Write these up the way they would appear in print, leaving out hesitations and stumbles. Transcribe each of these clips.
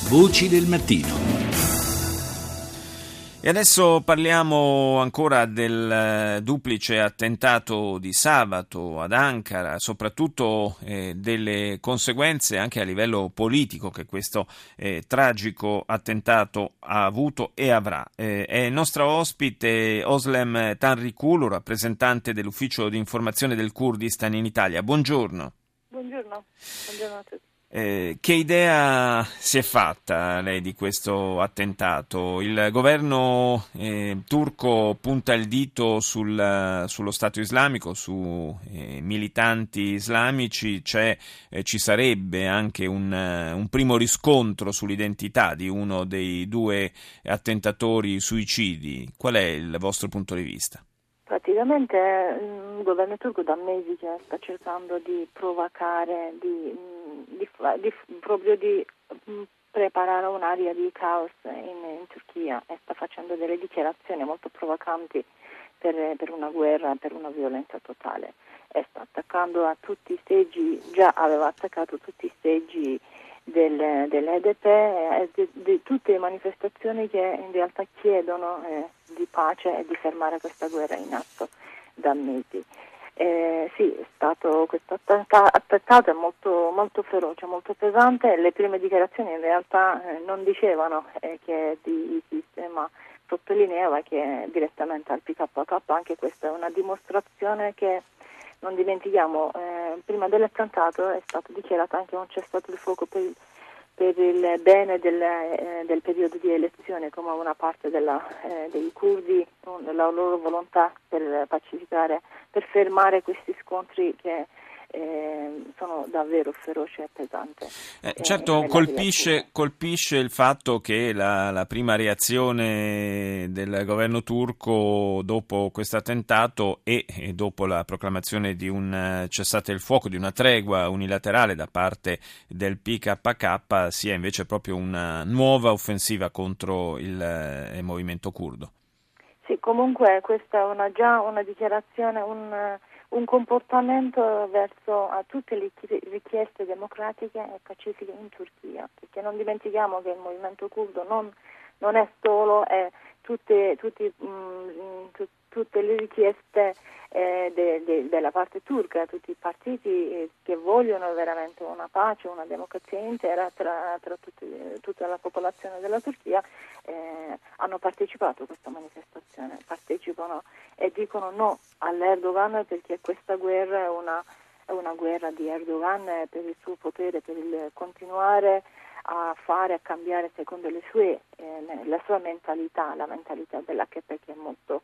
Voci del mattino. E adesso parliamo ancora del duplice attentato di sabato ad Ankara, soprattutto delle conseguenze anche a livello politico che questo tragico attentato ha avuto e avrà. È il nostro ospite Özlem Tanrikulu, rappresentante dell'ufficio di informazione del Kurdistan in Italia. Buongiorno. Buongiorno a tutti. Che idea si è fatta lei di questo attentato? Il governo turco punta il dito sullo Stato islamico, su militanti islamici, ci sarebbe anche un primo riscontro sull'identità di uno dei due attentatori suicidi. Qual è il vostro punto di vista? Praticamente il governo turco da mesi che sta cercando di provocare, proprio di preparare un'area di caos in Turchia e sta facendo delle dichiarazioni molto provocanti per una guerra, per una violenza totale. E sta attaccando a tutti i seggi, già aveva attaccato tutti i seggi dell'HDP e di tutte le manifestazioni che in realtà chiedono di pace e di fermare questa guerra in atto da mesi. Sì, è stato questo attentato è molto, molto feroce, molto pesante. Le prime dichiarazioni in realtà non dicevano che di ISIS, ma sottolineava che direttamente al PKK. Anche questa è una dimostrazione che non dimentichiamo, prima dell'attentato è stato dichiarato anche un cessato il fuoco per il bene del periodo di elezione, come una parte dei curdi, la loro volontà per pacificare, per fermare questi scontri che sono davvero feroci e pesanti. Certo, colpisce il fatto che la prima reazione del governo turco dopo questo attentato e dopo la proclamazione di un cessate il fuoco, di una tregua unilaterale da parte del PKK, sia invece proprio una nuova offensiva contro il movimento curdo. Sì, comunque questa è già una dichiarazione, un comportamento verso a tutte le richieste democratiche e pacifiche in Turchia, perché non dimentichiamo che il movimento curdo non è solo tutte le richieste della parte turca, tutti i partiti che vogliono veramente una pace, una democrazia intera tra tutta la popolazione della Turchia, hanno partecipato a questa manifestazione, partecipano e dicono no all'Erdogan, perché questa guerra è una guerra di Erdogan per il suo potere, per il continuare a cambiare secondo la sua mentalità, la mentalità dell'HDP, che è molto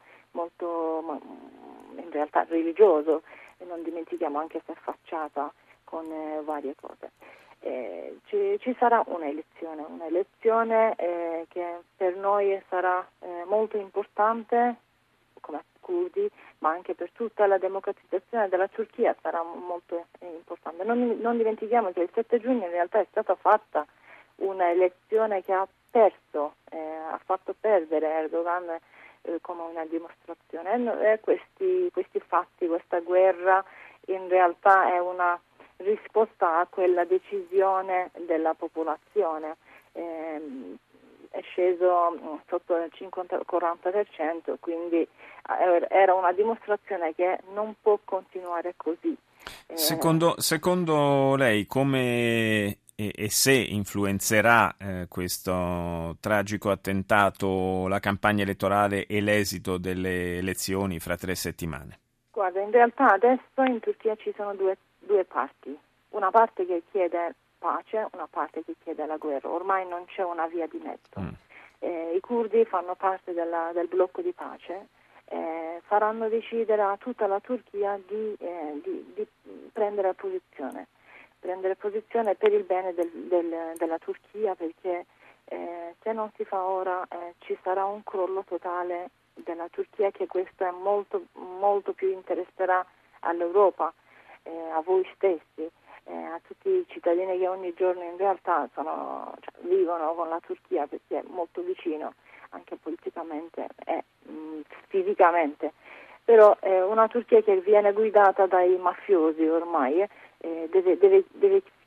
in realtà religioso, e non dimentichiamo anche se affacciata con varie cose. Ci sarà un'elezione che per noi sarà molto importante come curdi, ma anche per tutta la democratizzazione della Turchia sarà molto importante. Non dimentichiamo che il 7 giugno in realtà è stata fatta una elezione che ha fatto perdere Erdogan come una dimostrazione. Questi fatti, questa guerra in realtà è una risposta a quella decisione della popolazione. È sceso sotto il 40%, quindi era una dimostrazione che non può continuare così. Secondo lei come e se influenzerà questo tragico attentato la campagna elettorale e l'esito delle elezioni fra 3 settimane? Guarda, in realtà adesso in Turchia ci sono due parti, una parte che chiede pace, una parte che chiede la guerra. Ormai non c'è una via di mezzo. I curdi fanno parte del blocco di pace, faranno decidere a tutta la Turchia di prendere posizione per il bene della Turchia, perché se non si fa ora ci sarà un crollo totale della Turchia, che questo è molto, molto più interesserà all'Europa, a voi stessi, a tutti i cittadini che ogni giorno in realtà vivono con la Turchia, perché è molto vicino anche politicamente e fisicamente. Però una Turchia che viene guidata dai mafiosi ormai deve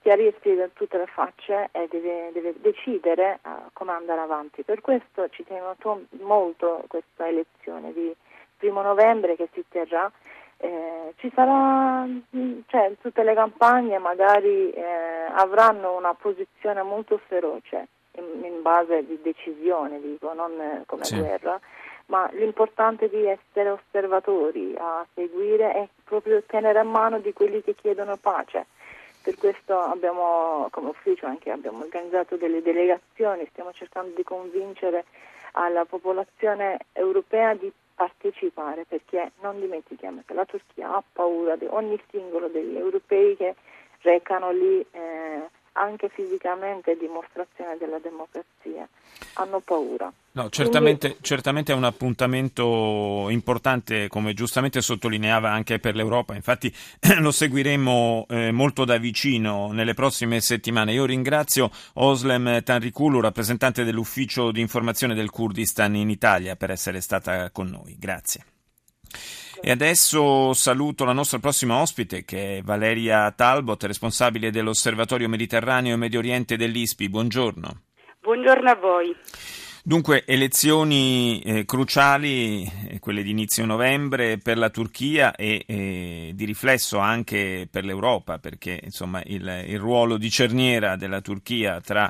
chiarirsi da tutte le facce e deve decidere come andare avanti. Per questo ci tengo molto questa elezione di 1° novembre che si terrà. Ci sarà, tutte le campagne magari avranno una posizione molto feroce in base di decisione, dico, non come guerra, ma l'importante di essere osservatori a seguire è proprio tenere a mano di quelli che chiedono pace. Per questo abbiamo, come ufficio, abbiamo organizzato delle delegazioni, stiamo cercando di convincere alla popolazione europea di partecipare, perché non dimentichiamo che la Turchia ha paura di ogni singolo degli europei che recano lì anche fisicamente dimostrazione della democrazia. Hanno paura. No, certamente è un appuntamento importante, come giustamente sottolineava, anche per l'Europa. Infatti lo seguiremo molto da vicino nelle prossime settimane. Io ringrazio Özlem Tanrikulu, rappresentante dell'ufficio di informazione del Kurdistan in Italia, per essere stata con noi. Grazie. E adesso saluto la nostra prossima ospite, che è Valeria Talbot, responsabile dell'Osservatorio Mediterraneo e Medio Oriente dell'ISPI. Buongiorno. Buongiorno a voi. Dunque, elezioni cruciali, quelle di inizio novembre per la Turchia e di riflesso anche per l'Europa, perché insomma il ruolo di cerniera della Turchia tra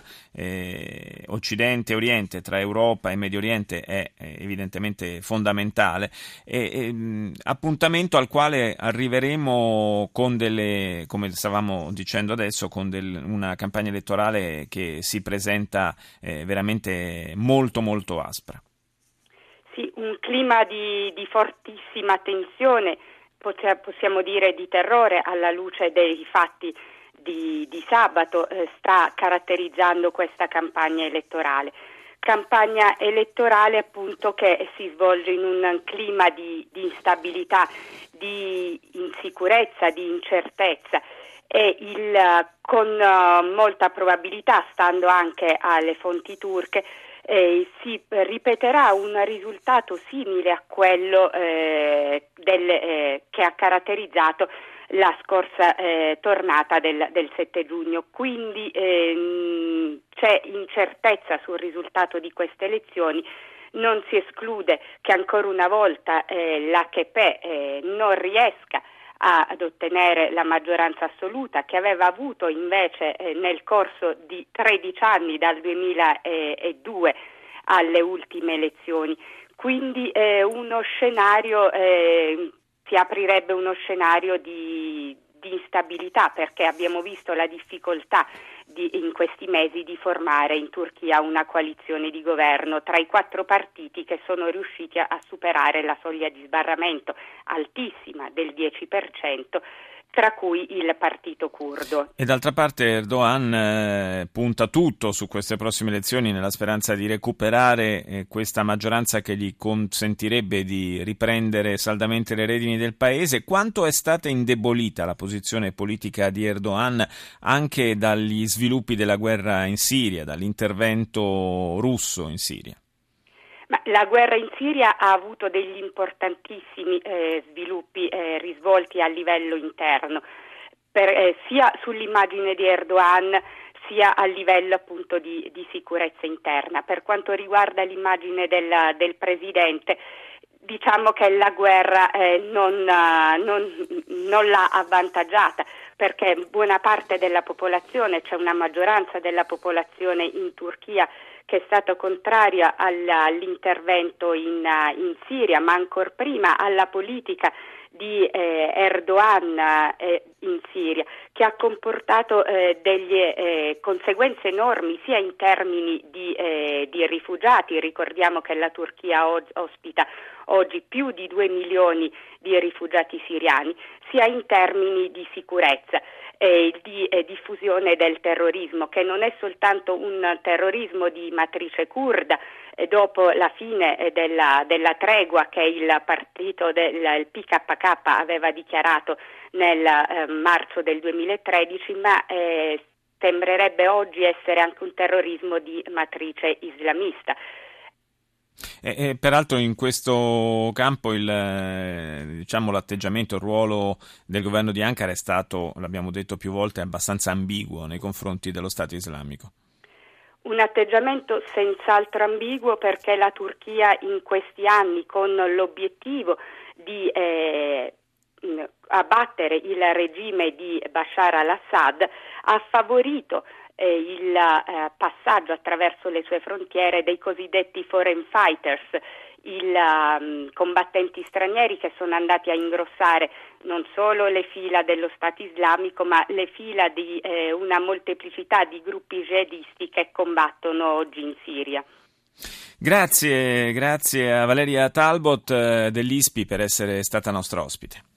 Occidente e Oriente, tra Europa e Medio Oriente è evidentemente fondamentale. Appuntamento al quale arriveremo con come stavamo dicendo adesso, con una campagna elettorale che si presenta veramente molto aspra. Sì, un clima di fortissima tensione, possiamo dire di terrore, alla luce dei fatti di sabato, sta caratterizzando questa campagna elettorale. Campagna elettorale appunto che si svolge in un clima di instabilità, di insicurezza, di incertezza. E con molta probabilità, stando anche alle fonti turche, si ripeterà un risultato simile a quello che ha caratterizzato la scorsa tornata del 7 giugno. Quindi c'è incertezza sul risultato di queste elezioni. Non si esclude che ancora una volta l'AKP non riesca ad ottenere la maggioranza assoluta, che aveva avuto invece nel corso di 13 anni, dal 2002 alle ultime elezioni. Quindi si aprirebbe uno scenario di instabilità, perché abbiamo visto la difficoltà in questi mesi di formare in Turchia una coalizione di governo tra i 4 partiti che sono riusciti a superare la soglia di sbarramento altissima del 10%, tra cui il partito curdo. E d'altra parte Erdogan punta tutto su queste prossime elezioni nella speranza di recuperare questa maggioranza che gli consentirebbe di riprendere saldamente le redini del paese. Quanto è stata indebolita la posizione politica di Erdogan anche dagli sviluppi della guerra in Siria, dall'intervento russo in Siria? Ma la guerra in Siria ha avuto degli importantissimi sviluppi, risvolti a livello interno, sia sull'immagine di Erdogan sia a livello appunto di sicurezza interna. Per quanto riguarda l'immagine del presidente, diciamo che la guerra non l'ha avvantaggiata, perché buona parte della popolazione, c'è una maggioranza della popolazione in Turchia che è stata contraria all'intervento in Siria, ma ancor prima alla politica di Erdogan in Siria, che ha comportato delle conseguenze enormi sia in termini di rifugiati. Ricordiamo che la Turchia ospita oggi più di 2 milioni di rifugiati siriani, sia in termini di sicurezza e di diffusione del terrorismo, che non è soltanto un terrorismo di matrice curda. Dopo la fine della tregua che il partito del PKK aveva dichiarato nel marzo del 2013, ma sembrerebbe oggi essere anche un terrorismo di matrice islamista. Peraltro in questo campo l'atteggiamento, il ruolo del governo di Ankara è stato, l'abbiamo detto più volte, abbastanza ambiguo nei confronti dello Stato islamico. Un atteggiamento senz'altro ambiguo, perché la Turchia in questi anni, con l'obiettivo di abbattere il regime di Bashar al-Assad, ha favorito il passaggio attraverso le sue frontiere dei cosiddetti foreign fighters, combattenti stranieri che sono andati a ingrossare non solo le fila dello Stato islamico, ma le fila di una molteplicità di gruppi jihadisti che combattono oggi in Siria. Grazie a Valeria Talbot dell'ISPI per essere stata nostra ospite.